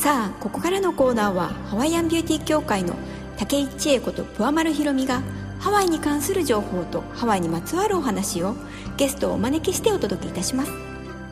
さあ、ここからのコーナーはハワイアンビューティー協会の竹井千恵子と桑丸ひろみがハワイに関する情報とハワイにまつわるお話をゲストをお招きしてお届けいたします。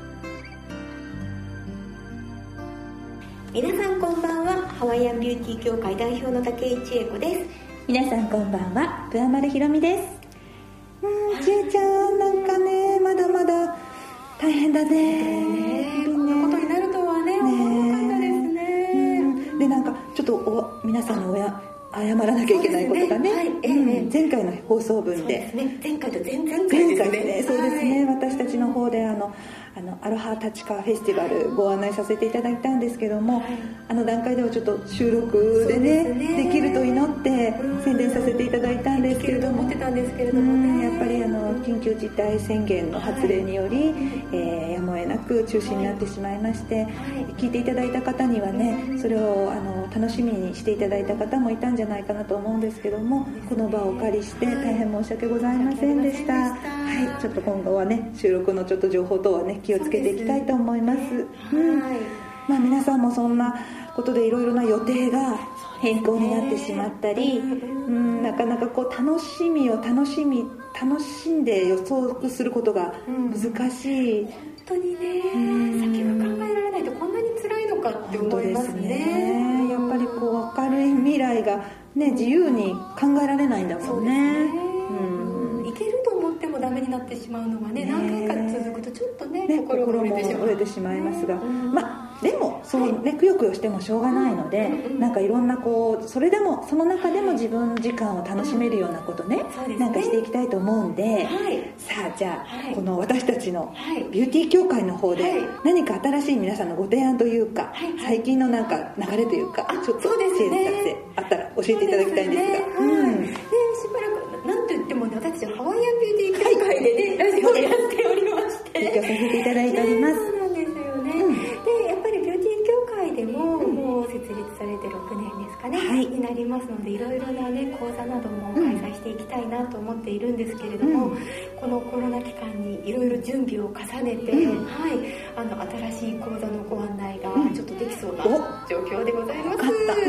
皆さんこんばんは。ハワイアンビューティー協会代表の竹井千恵子です。 皆さんこんばんは。桑丸ひろみです。千恵ちゃん、なんかね、まだまだ大変だね。 こんなことになるとはね、思わなかったですね。 で、なんかちょっと皆さんに謝らなきゃいけないことがね、前回の放送分で、 前回と前々回ですね。 そうですね、私たちの方でアロハ立川フェスティバルご案内させていただいたんですけども、あの段階ではちょっと収録でね、できると祈って宣伝させていただいたんですけれども、 思ってたんですけれどもね、 やっぱり緊急事態宣言の発令により、やむを得なく中止になってしまいまして、聞いていただいた方にはね、それを楽しみにしていただいた方もいたんじゃないかなと思うんですけども、この場をお借りして大変申し訳ございませんでした。ちょっと今後はね、収録のちょっと情報等はね、気をつけていきたいと思います。皆さんもそんなことでいろいろな予定が変更になってしまったり、なかなかこう楽しんで予測することが難しい。 本当にね、先が考えられないとこんなに辛いのかって思いますね。 やっぱりこう明るい未来がね、自由に考えられないんだもんね。 いけると思ってもダメになってしまうのがね、何回か続くとちょっとね、心が折れてしまいますが、でもそうね、くよくよしてもしょうがないので、なんかいろんなこう、それでもその中でも自分時間を楽しめるようなことね、なんかしていきたいと思うんで、さあ、じゃあこの私たちのビューティー協会の方で何か新しい皆さんのご提案というか、最近のなんか流れというか、ちょっと知恵先生あったら教えていただきたいんですが、 しばらくなんといってもね、私ハワイアンビューティー協会でね、ラジオをやっておりまして、 勉強させていただいております。 そうなんですよね。で、やっぱりビューティー協会でももう設立されて6年ですかね、になりますので、いろいろなね、講座なども開催していきたいなと思っているんですけれども、このコロナ期間にいろいろ準備を重ねて、新しい講座のご案内がちょっとできそうな状況でございます。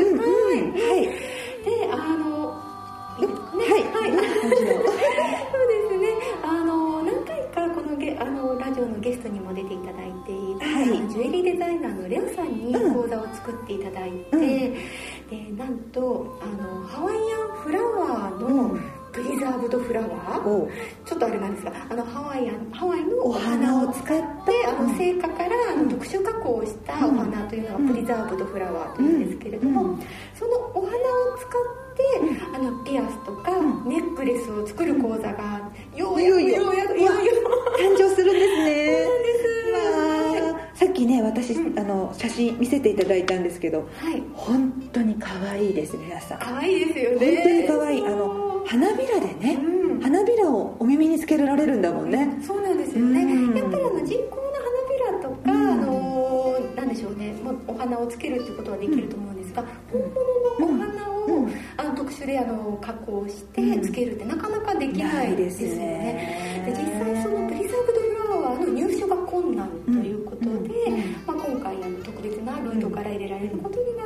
何回かこのラジオのゲストにも出ていただいている、ジュエリーデザイナーのレオさんに講座を作っていただいて、でなんとハワイアンフラワーのプリザーブドフラワー、ちょっとあれなんですが、ハワイのお花を使って成果から特殊加工したお花というのがプリザーブドフラワーというんですけれども、そのお花を使ってピアスとかネックレスを作る講座がようやく誕生するんですね。さっきね、私写真見せていただいたんですけど、本当に可愛いですね。皆さん可愛いですよね。 本当に可愛い。花びらでね、花びらをお耳につけられるんだもんね。 そうなんですよね。やっぱり人工の花びらとか、なんでしょうね、お花をつけるってことはできると思うんですが、本物のお花を特殊で加工してつけるってなかなかできないですよね。で、実際そのプリザーブドフラワーの入手が困難ということで、今回特別なルートから入れられることになって、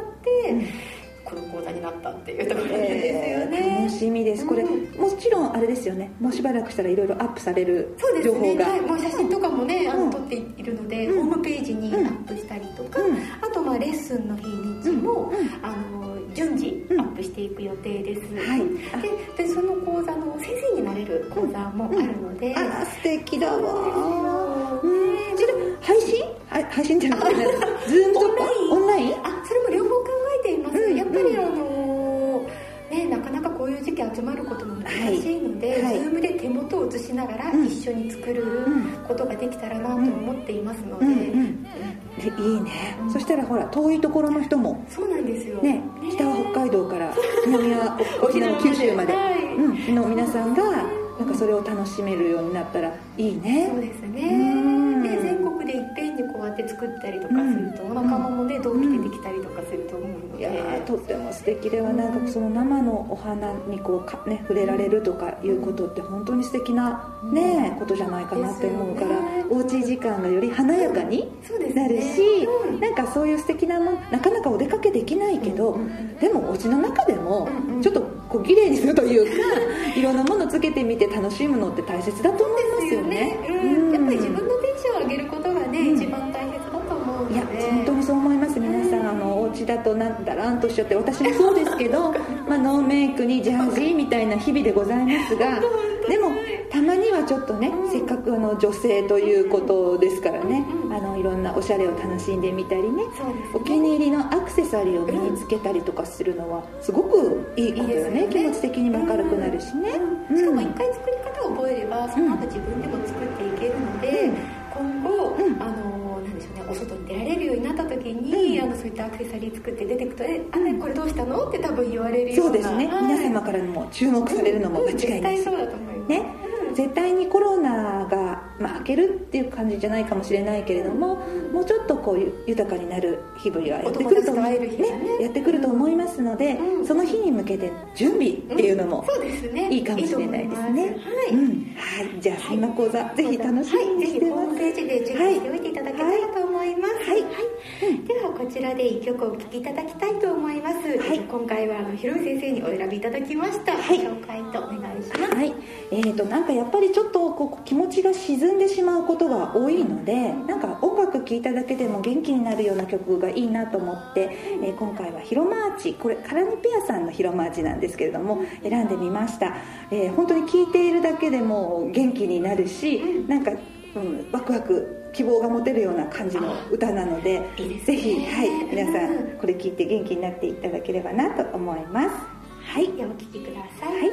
この講座になったっていうところなんですよね。 楽しみです。これもちろんあれですよね、もうしばらくしたらいろいろアップされる情報が、 もう写真とかもね、撮っているので、ホームページにアップしたりとか、あとレッスンの日にちも順次アップしていく予定です。でその講座の先生になれる講座もあるので、 素敵だわ。配信じゃなくて、ズームとかオンライン、 それも両方考えています。やっぱりなかなかこういう時期集まることも難しいので、Zoom で手元を映しながら一緒に作ることができたらなと思っていますので、 いいね。そしたらほら、遠いところの人も、 そうなんですよね、北は北海道から南は沖縄、九州までの皆さんがなんかそれを楽しめるようになったらいいね。 そうですね。で、全国でいっぺんにこうやって作ったりとかすると、お仲間もね、同期でできたりとかすると思うので、 いやー、とっても素敵では、なんかその生のお花にこうね、触れられるとかいうことって本当に素敵なね、ことじゃないかなって思うから、おうち時間がより華やかになるし、 なんかそういう素敵なもの、なかなかお出かけできないけど、でもお家の中でもちょっとこう綺麗にするというか、いろんなものつけてみて楽しむのって大切だと思いますよね。 やっぱり自分のテンションを上げることがね、一番大切だと思うので。 いや本当にそう思います。皆さんお家だとだらんとしちゃって、私もそうですけどノーメイクにジャージーみたいな日々でございますが、でもたまにはちょっとね、せっかく女性ということですからね、いろんなおしゃれを楽しんでみたりね、お気に入りのアクセサリーを身につけたりとかするのはすごくいいことよね。気持ち的にも明るくなるしね。 しかも一回作り方を覚えれば、その後自分でも作っていけるので、今後なんでしょうね、お外に出られるようになった時に、そういったアクセサリー作って出てくと、これどうしたのって多分言われるような。 そうですね、皆様からも注目されるのも間違いないし、 絶対そうだと思いますね。絶対にコロナが、明けるっていう感じじゃないかもしれないけれども、もうちょっとこういう豊かになる日々がやってくると思う、やってくると思いますので、その日に向けて準備っていうのもいいかもしれないですね。じゃあ今講座ぜひ楽しみにしてます。 ホームページで準備しておいていただけたらと思います。ではこちらで1曲お聴きいただきたいと思います。今回はひろみ先生にお選びいただきました。紹介とお願いします。 なんかやっぱりちょっとこう気持ちが沈んでしまうことが多いので、なんか音楽聴いただけでも元気になるような曲がいいなと思って、今回はヒロマーチ、これカラニペアさんのヒロマーチなんですけれども選んでみました。本当に聴いているだけでも元気になるし、なんか、ワクワク希望が持てるような感じの歌なので、ぜひ、皆さんこれ聴いて元気になっていただければなと思います。 ではお聴きください。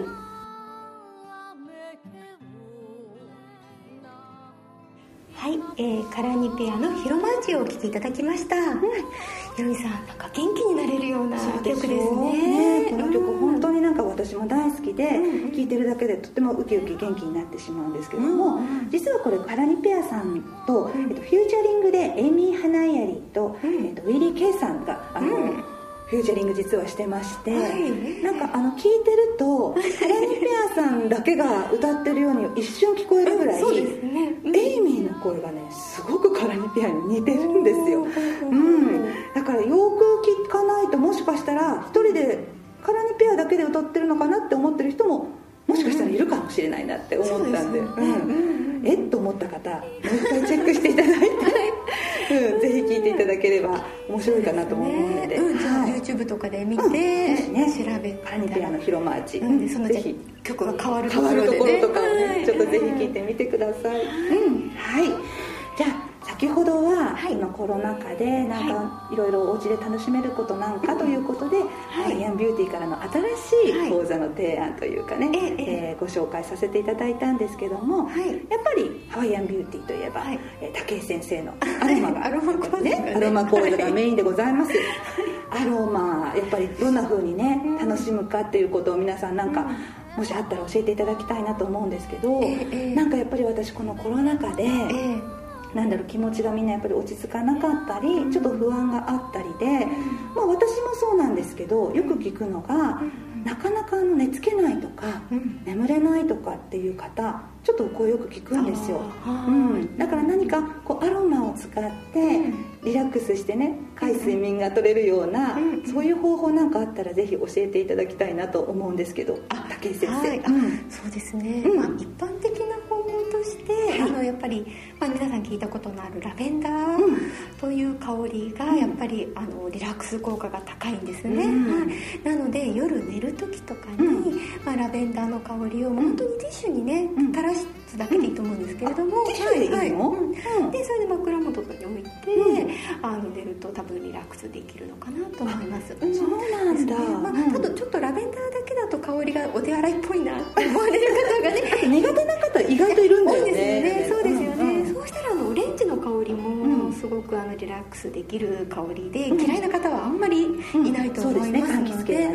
カラニペアのヒロマーチをお聴きいただきました。ひろみさん、なんか元気になれるような曲ですね。 この曲本当になんか私も大好きで、聴いてるだけでとてもウキウキ元気になってしまうんですけども、実はこれカラニペアさんと、フューチャリングでエイミー・ハナイアリーと、ウィリー・ケイさんがフューチャリング実はしてまして、なんか聞いてるとカラニペアさんだけが歌ってるように一瞬聞こえるぐらい、エイミーの声がねすごくカラニペアに似てるんですよ。だからよく聞かないと、もしかしたら一人でカラニペアだけで歌ってるのかなって思ってる人ももしかしたらいるかもしれないなって思ったんで、と思った方もう一回チェックしていただいて、ぜひ聴いていただければ面白いかなと思うので、 じゃあ YouTube とかで見て、調べカラニペアのヒロマーチ、 その曲が変わるところとかをね、ちょっとぜひ聴いてみてください。じゃあ先ほどは、コロナ禍でなんかいろいろお家で楽しめることなんかということで、ハワイアンビューティーからの新しい講座の提案というかね、ご紹介させていただいたんですけども、やっぱりハワイアンビューティーといえば、武井先生のアロマが、アロマ講座がメインでございます。アロマやっぱりどんな風にね楽しむかっていうことを皆さんなんか、もしあったら教えていただきたいなと思うんですけど、なんかやっぱり私このコロナ禍で、気持ちがみんなやっぱり落ち着かなかったり、ちょっと不安があったりで、私もそうなんですけど、よく聞くのが、なかなか寝つけないとか、眠れないとかっていう方ちょっとこうよく聞くんですよ。だから何かこうアロマを使ってリラックスしてね、深い睡眠が取れるような、そういう方法なんかあったらぜひ教えていただきたいなと思うんですけど、武井先生。 そうですね、一般的な方法として、やっぱり、皆さん聞いたことのあるラベンダーという香りがやっぱりリラックス効果が高いんですね。なので夜寝る時とかに、ラベンダーの香りを本当にティッシュにね垂らすだけでいいと思うんですけれども、 ティッシュでいいの？ でそれで枕元とかに置いて、寝ると多分リラックスできるのかなと思います。 そうなんだ。 ただちょっとラベンダーだけだと香りがお手洗いっぽいなって思われる方がね苦手な方意外といるんだよね。 多いですよね。そうですよね。そうしたらオレンジの香りもすごくリラックスできる香りで、嫌いな方はあんまりいないと思いますので、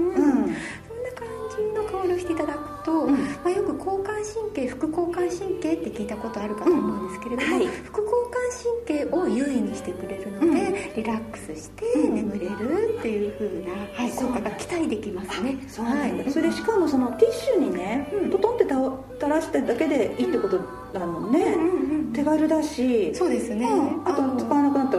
の香りをしていただくと、よく交感神経、副交感神経って聞いたことあるかと思うんですけれども、副交感神経を優位にしてくれるので、リラックスして眠れるっていう風な、効果が期待できますね。 それでしかもそのティッシュにね、トトンって垂らしただけでいいってことだもんね。手軽だし、 そうですね。 あと使わなくなったらポイって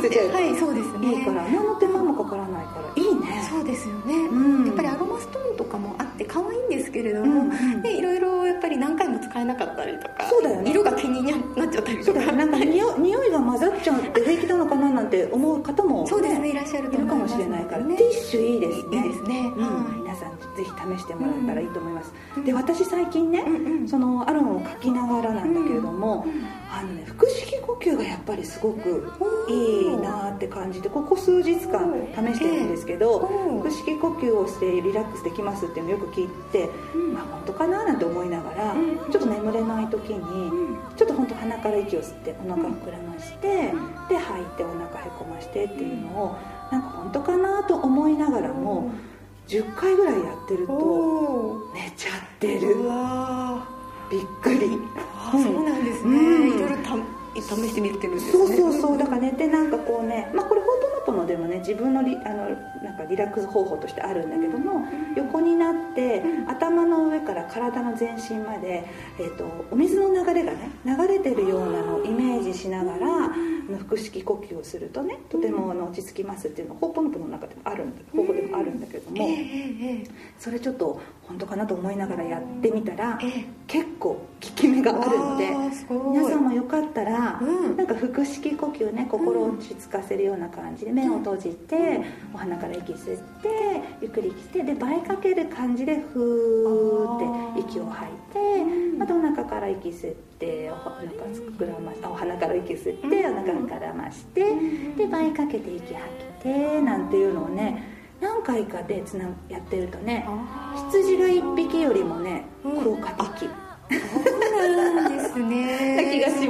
せちゃえば、 はい、そうですね、 いいから何の手間もかからないからいいね。 そうですよね、やっぱりアロマストーンとかもあって可愛いんですけれども、いろいろやっぱり何回も使えなかったりとか、 そうだよね、 色が気になっちゃったりとか、 なんか匂いが混ざっちゃって平気なのかななんて思う方も、ね、 そうですね、いらっしゃると思いますいるかもしれないから、 ね、 ティッシュいいですね。 いいですね、 皆さんぜひ試してもらったらいいと思います。で、私最近ね、そのアロマを描きながらなんだけれども、腹式呼吸がやっぱりすごくいいなって感じで、ここ数日間試してるんですけど、腹式呼吸をしてリラックスできますっていうのをよく聞いて、まあ本当かななんて思いながら、ちょっと眠れない時にちょっと本当鼻から息を吸ってお腹膨らまして、で吐いてお腹へこましてっていうのをなんか本当かなと思いながらも10回ぐらいやってると寝ちゃってる。 うわびっくり。 そうなんですね、いろいろ試してみてるんですね。 そうだから寝てなんかこうね、まあこれホーポノポノでもね自分のなんかリラックス方法としてあるんだけども、横になって頭の上から体の全身まで、お水の流れがね流れてるようなのをイメージしながら腹式呼吸をするとね、とても落ち着きますっていうのがホーポノポノの中でもある方法でもあるんだけども、それちょっと本当かなと思いながらやってみたら、結構効き目があるので、皆さんもよかったら、なんか腹式呼吸ね、心を落ち着かせるような感じで目を閉じて、お鼻から息吸ってゆっくり息してで倍かける感じでふーって息を吐いて、またお腹から息吸ってお鼻から息吸ってお腹膨らまして、で倍かけて息吐いてなんていうのをね何回かでやってるとね、羊が1匹よりもね効果的。 そうなんですね。 気がします。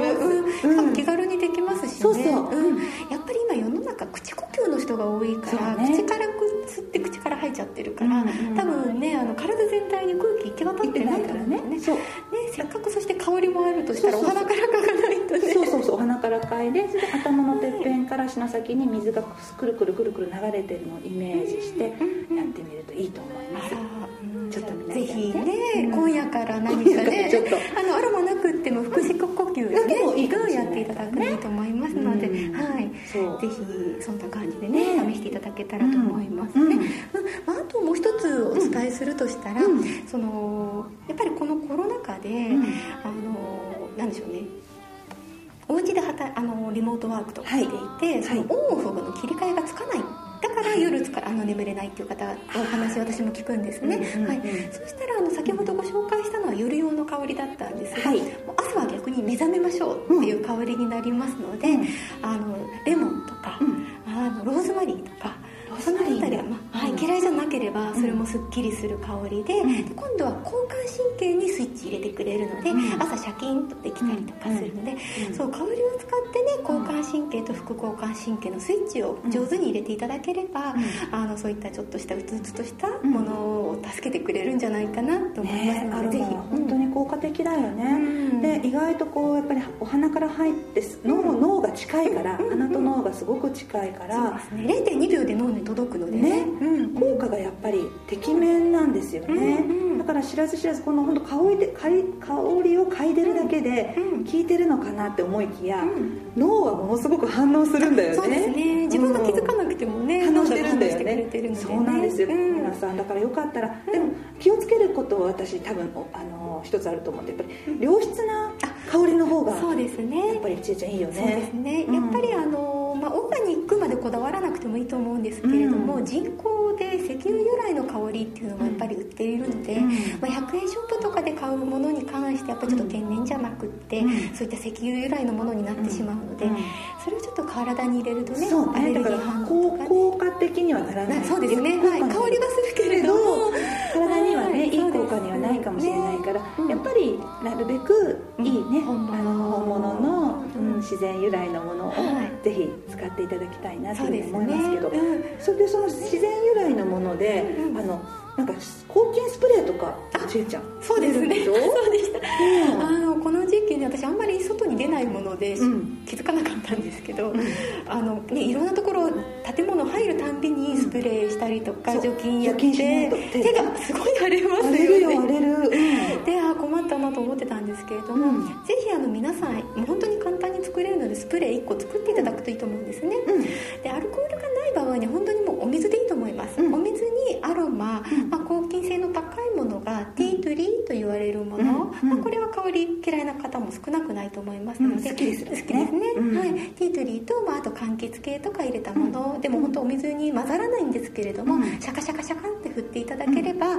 気軽にできますしね。やっぱり今世の中口呼吸の人が多いから、口から吸って口から吐いちゃってるから、多分ね体全体に空気行き渡ってないからね。せっかくそして香りもあるとしたらお鼻から嗅がないとね。そうお鼻から嗅いで、頭のてっぺんから足の先に水がくるくるくるくる流れてるのをイメージしてやってみるといいと思います。ちょっと皆さんぜひね、今夜から何かね、アロマなくっても腹式呼吸でね、やっていただくといいと思いますので、ぜひそんな感じでね試していただけたらと思いますね。あともう一つお伝えするとしたら、やっぱりこのコロナ禍でなんでしょうね、お家でリモートワークとかしていて、そのオンオフの切り替えがつかない、だから夜眠れないっていう方お話私も聞くんですね。そしたら先ほどご紹介したのは夜用の香りだったんですが、朝は逆に目覚めましょうっていう香りになりますので、レモンとかローズマリーとかそのあたりは、嫌いじゃなければそれもすっきりする香りで、今度は交感神経にスイッチ入れてくれるので、朝シャキンとできたりとかするので、そう香りを使ってね、交感神経と副交感神経のスイッチを上手に入れていただければ、そういったちょっとしたうつうつとしたものを助けてくれるんじゃないかなと思いますので、ぜひ本当に効果的だよね。で意外とこうやっぱりお鼻から入って脳が近いから、鼻と脳がすごく近いから、 0.2 秒で脳に届くのでね、 効果がやっぱりてきめんなんですよね。だから知らず知らずこの本当香りを嗅いでるだけで効いてるのかなって思いきや、脳はものすごく反応するんだよね。 そうですね、自分が気づかなくてもね、 反応してるんだよね。そうなんですよ、皆さん。だからよかったら、でも気をつけることは私多分一つあると思って、やっぱり良質な香りの方がそうですね、 やっぱりちえちゃんいいよね。 そうですね、やっぱりオーガニックまでこだわらなくてもいいと思うんですけれども、人工で石油由来の香りっていうのもやっぱり売っているので、100円ショップとかで買うものに関してやっぱりちょっと天然じゃなくって、そういった石油由来のものになってしまうので、それをちょっと体に入れるとね、アレルギー反応とか、 効果的にはならない。 そうですね、香りはするけれども体にはね、いい効果にはないかもしれないから、やっぱりなるべくいいね、本物の自然由来のものをぜひ使っていただきたいなと思いますけど、それでその自然由来のものでなんか抗菌スプレーとかちえちゃんそうですね、そうでした。 この時期ね、私あんまり外に出ないもので、気づかなかったんですけど、いろんなところ建物入るたんびにスプレーしたりとか、除菌やって手がすごい荒れますよね。 荒れるで困ったなと思ってたんですけれども、ぜひ皆さんもう本当に簡単に作れるのでスプレー1個作っていただくといいと思うんですね。でアルコールがない場合に本当にもうお水でいいと思います。お水にアロマ、抗菌性の高いものがティートリーと言われるもの、これは香り嫌いな方も少なくないと思いますので、 好きですね。 はい、ティートリーと、あと柑橘系とか入れたもの、でも本当お水に混ざらないんですけれども、シャカシャカシャカって振っていただければ、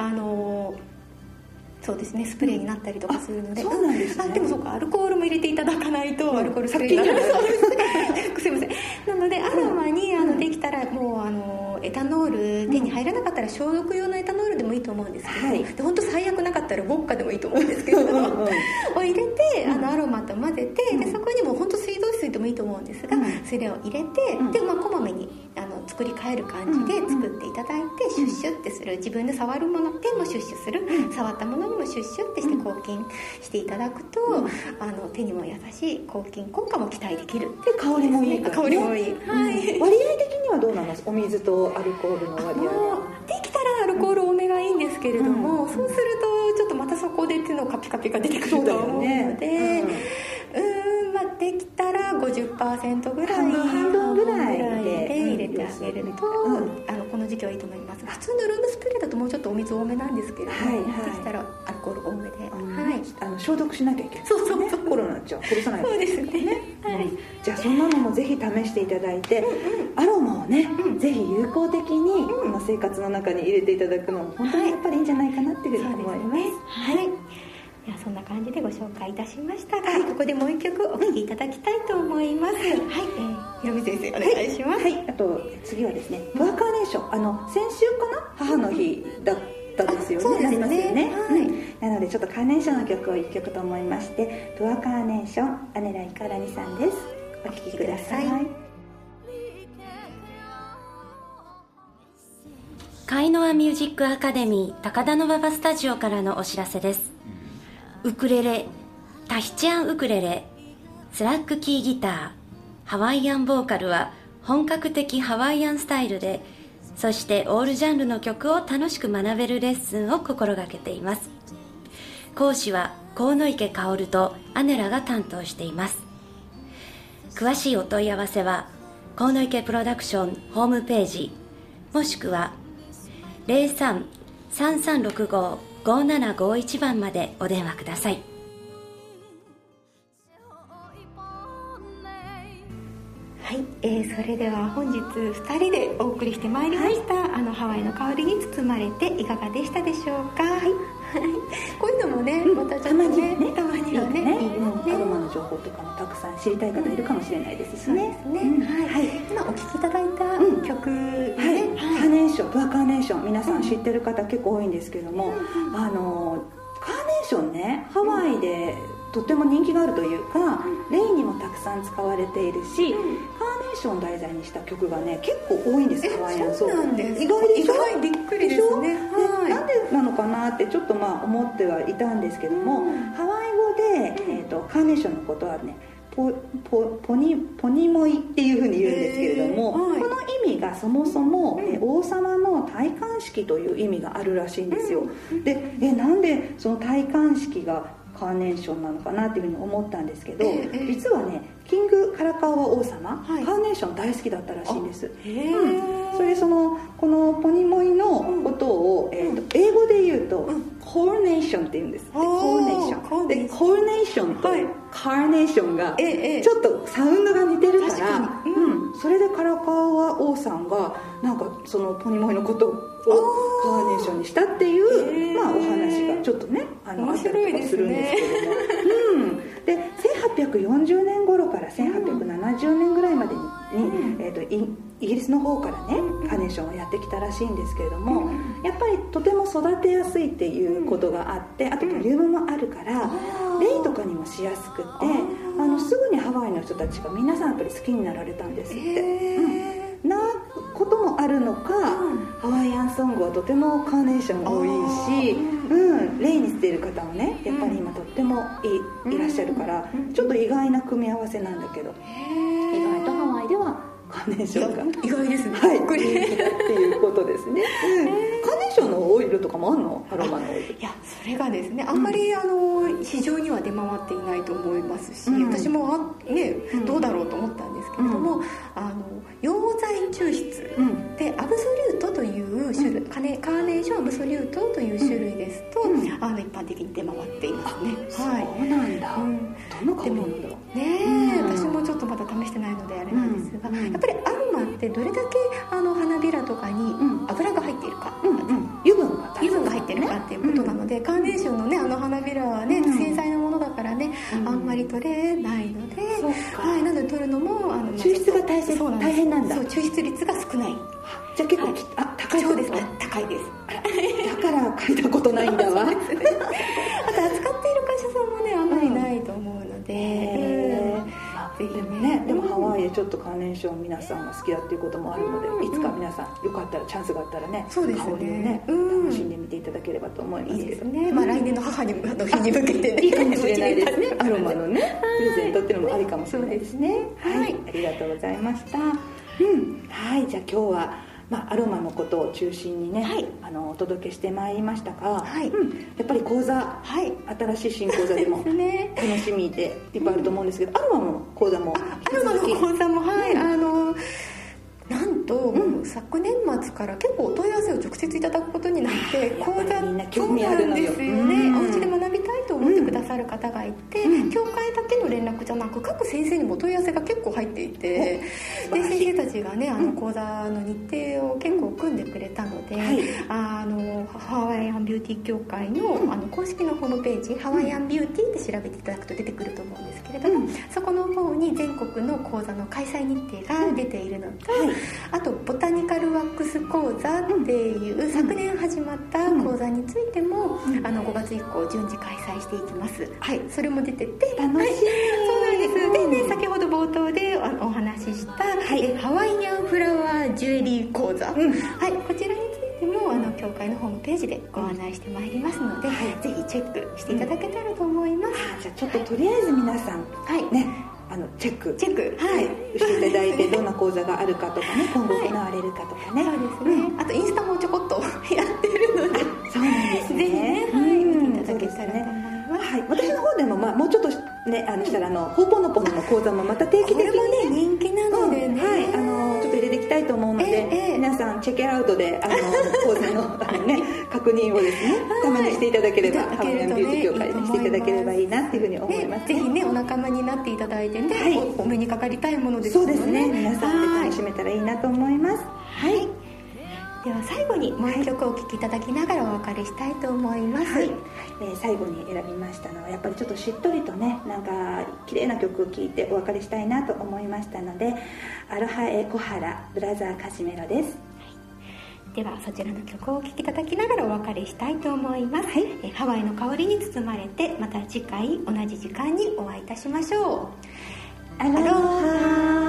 そうですね、スプレーになったりとかするので。 そうなんですね。 でもそうか、アルコールも入れていただかないとアルコールスプレーになる。すいません。なのでアロマにできたらもうエタノール手に入らなかったら消毒用のエタノールでもいいと思うんですけど、で本当最悪なかったらウォッカでもいいと思うんですけどを入れてアロマと混ぜて、でそこにも本当水道水でもいいと思うんですが、それを入れて、でこまめに作り変える感じで作っていただいて、シュッシュってする、自分で触るもの手もシュッシュする、触ったものにもシュッシュってして抗菌していただくと、手にも優しい抗菌効果も期待できる。 で香りもいいからね。 香りもいい、 割合的にはどうなの？お水とアルコールの割合は。 できたらアルコール多めがいいんですけれども、そうするとちょっとまたそこで手のカピカピが出てくると思うので、できたら 50% ぐらい半分ぐらいで入れてあげると、この時期はいいと思います。普通のルームスプレーだともうちょっとお水多めなんですけれども、できたらアルコール多めで、 消毒しなきゃいけない。そうコロナじゃ殺さないと。 そうですね。 じゃあそんなのもぜひ試していただいて、アロマをね、ぜひ有効的にこの生活の中に入れていただくのも本当にやっぱりいいんじゃないかなっていうふうに思います。 そんな感じでご紹介いたしましたが、ここでもう一曲お聴きいただきたいと思います。ひろみ先生お願いします。 あと次はですね、トゥアカーネーション、先週かな、母の日だったですよね。 そうですね。 なのでちょっとカーネーションの曲を一曲と思いまして、トゥアカーネーション、アネライカラニさんです。お聴きください。 カイノアミュージックアカデミー高田馬場スタジオからのお知らせです。ウクレレ、タヒチアンウクレレ、スラッグキーギター、ハワイアンボーカルは本格的ハワイアンスタイルで、そしてオールジャンルの曲を楽しく学べるレッスンを心がけています。講師は河野池薫とアネラが担当しています。詳しいお問い合わせは河野池プロダクションホームページ、もしくは 03-3365-5751 番までお電話ください。 はい、それでは本日2人でお送りしてまいりました、ハワイの香りに包まれていかがでしたでしょうか。こういうのもね、またちょっとね、たまにはね、いいですね。 アロマの情報とかもたくさん知りたい方いるかもしれないですしね。 今お聴きいただいた曲ね、 カーネーション、トゥアカーネーション、皆さん知ってる方結構多いんですけども、カーネーションね、ハワイでとっても人気があるというか、レイにもたくさん使われているし、カーネーションを題材にした曲がね結構多いんですよ、ハワイの。 そうなんです。 意外でしょ。 びっくりですね。 なんでなのかなってちょっと思ってはいたんですけども、ハワイ語で、カーネーションのことはね、ポニモイっていうふうに言うんですけれども、この意味がそもそも、王様の戴冠式という意味があるらしいんですよ。で、なんでその戴冠式がカーネーションなのかなっていうふうに思ったんですけど、実はね、キングカラカウア王様、カーネーション大好きだったらしいんです。それでこのポニモイのことを、英語で言うと、コーネーションって言うんです。コーネーションで、コーネーションとカーネーションがちょっとサウンドが似てるから、それでカラカウア王さんがなんかそのポニモイのことをカーネーションにしたっていう、お話がちょっとねあったりとかするんですけども、で1840年頃から1870年ぐらいまでに、イギリスの方からねカーネーションをやってきたらしいんですけれども、やっぱりとても育てやすいっていうことがあって、あとボリュームもあるからレイとかにもしやすくて、すぐにハワイの人たちが皆さんやっぱり好きになられたんですって。なこともあるのか、 ハワイアンソングはとてもカーネーション多いし、例にしている方もねやっぱり今とってもいらっしゃるから、ちょっと意外な組み合わせなんだけど、意外とハワイではカーネーションが意外ですね、 はい、人気だっていうことですね。カーネーションのオイルとかもあんの？アロマのオイル。 いや、それがですね、あんまり市場には出回っていないと思いますし、私もどうだろうと思ったんですけれども、溶剤抽出でアブソリュートという種類、カーネーションアブソリュートという種類ですと、一般的に出回っていますね。 そうなんだ。どんな香りなんだろうね。私もちょっとまだ試してないのであれなんですが、やっぱりアロマってどれだけ花びらとかに油が入っているか、油分が入ってるかっていうことなので、カーネーションのね花びらはね繊細なものだからね、あんまり取れないので、なので取るのも抽出が大変なんだ。 そう、抽出率が少ない。 じゃあ結構高い。 そうですね、高いです。 だから嗅いだことないんだわ。 あと扱っている会社さんもねあんまりないと思うので、ぜひね。 でもハワイでちょっとカーネーション皆さんが好きだっていうこともあるので、いつか皆さんよかったらチャンスがあったらね、香りをね楽しんでみていただければと思いますけど。いいですね。 来年の母の日に向けてね、 いいかもしれないですね。アロマのねプレゼントっていうのもありかもしれないですね。はい、ありがとうございました。はい、じゃあ今日はアロマのことを中心にね、お届けしてまいりましたが、やっぱり講座、新しい新講座でも楽しみでいっぱいあると思うんですけど、アロマの講座もなんと、昨年末から結構お問い合わせを直接いただくことになって、講座みんな興味あるのよ。 そうなんですよね。お家で学びたいと思ってくださる方がいて、教会だけの連絡じゃなく各先生にもお問い合わせが結構入っていて、で先生たちがね講座の日程を結構組んでくれたので、ハワイアンビューティー協会の公式のホームページ、ハワイアンビューティーって調べていただくと出てくると思うんですけれども、そこの方に全国の講座の開催日程が出ているのと、あとボタニカルワックス講座っていう昨年始まった講座についても5月以降順次開催していきます。それも出てて楽しみ。そうなんです。 でね、先ほど冒頭でお話ししたハワイアンフラワージュエリー講座、こちらについても協会のホームページでご案内してまいりますので、ぜひチェックしていただけたらと思います。 じゃあちょっととりあえず皆さんねチェックしていただいて、どんな講座があるかとかね、今後行われるかとかね。 そうですね。あとインスタもちょこっとやってるので、 そうなんですね。 ぜひね、見ていただけたらと思います。 私の方でももうちょっとねしたらほぽのぽの講座もまた定期的にこれもね人気なのでね、 ちょっと入れていきたいと思うので、皆さんチェックアウトで講座の確認をですねたまにしていただければ、ハワイアンビューティー協会にしていただければいいなっていうふうに思います。 ぜひねお仲間になっていただいてね、お目にかかりたいものですよね。そうですね。皆さんで楽しめたらいいなと思います。 では最後にもう一曲お聴きいただきながらお別れしたいと思います。 最後に選びましたのはやっぱりちょっとしっとりとね綺麗な曲を聴いてお別れしたいなと思いましたので、アロハエコハラブラザーカシメロです。 ではそちらの曲をお聴きいただきながらお別れしたいと思います。ハワイの香りに包まれて、また次回同じ時間にお会いいたしましょう。 アロハ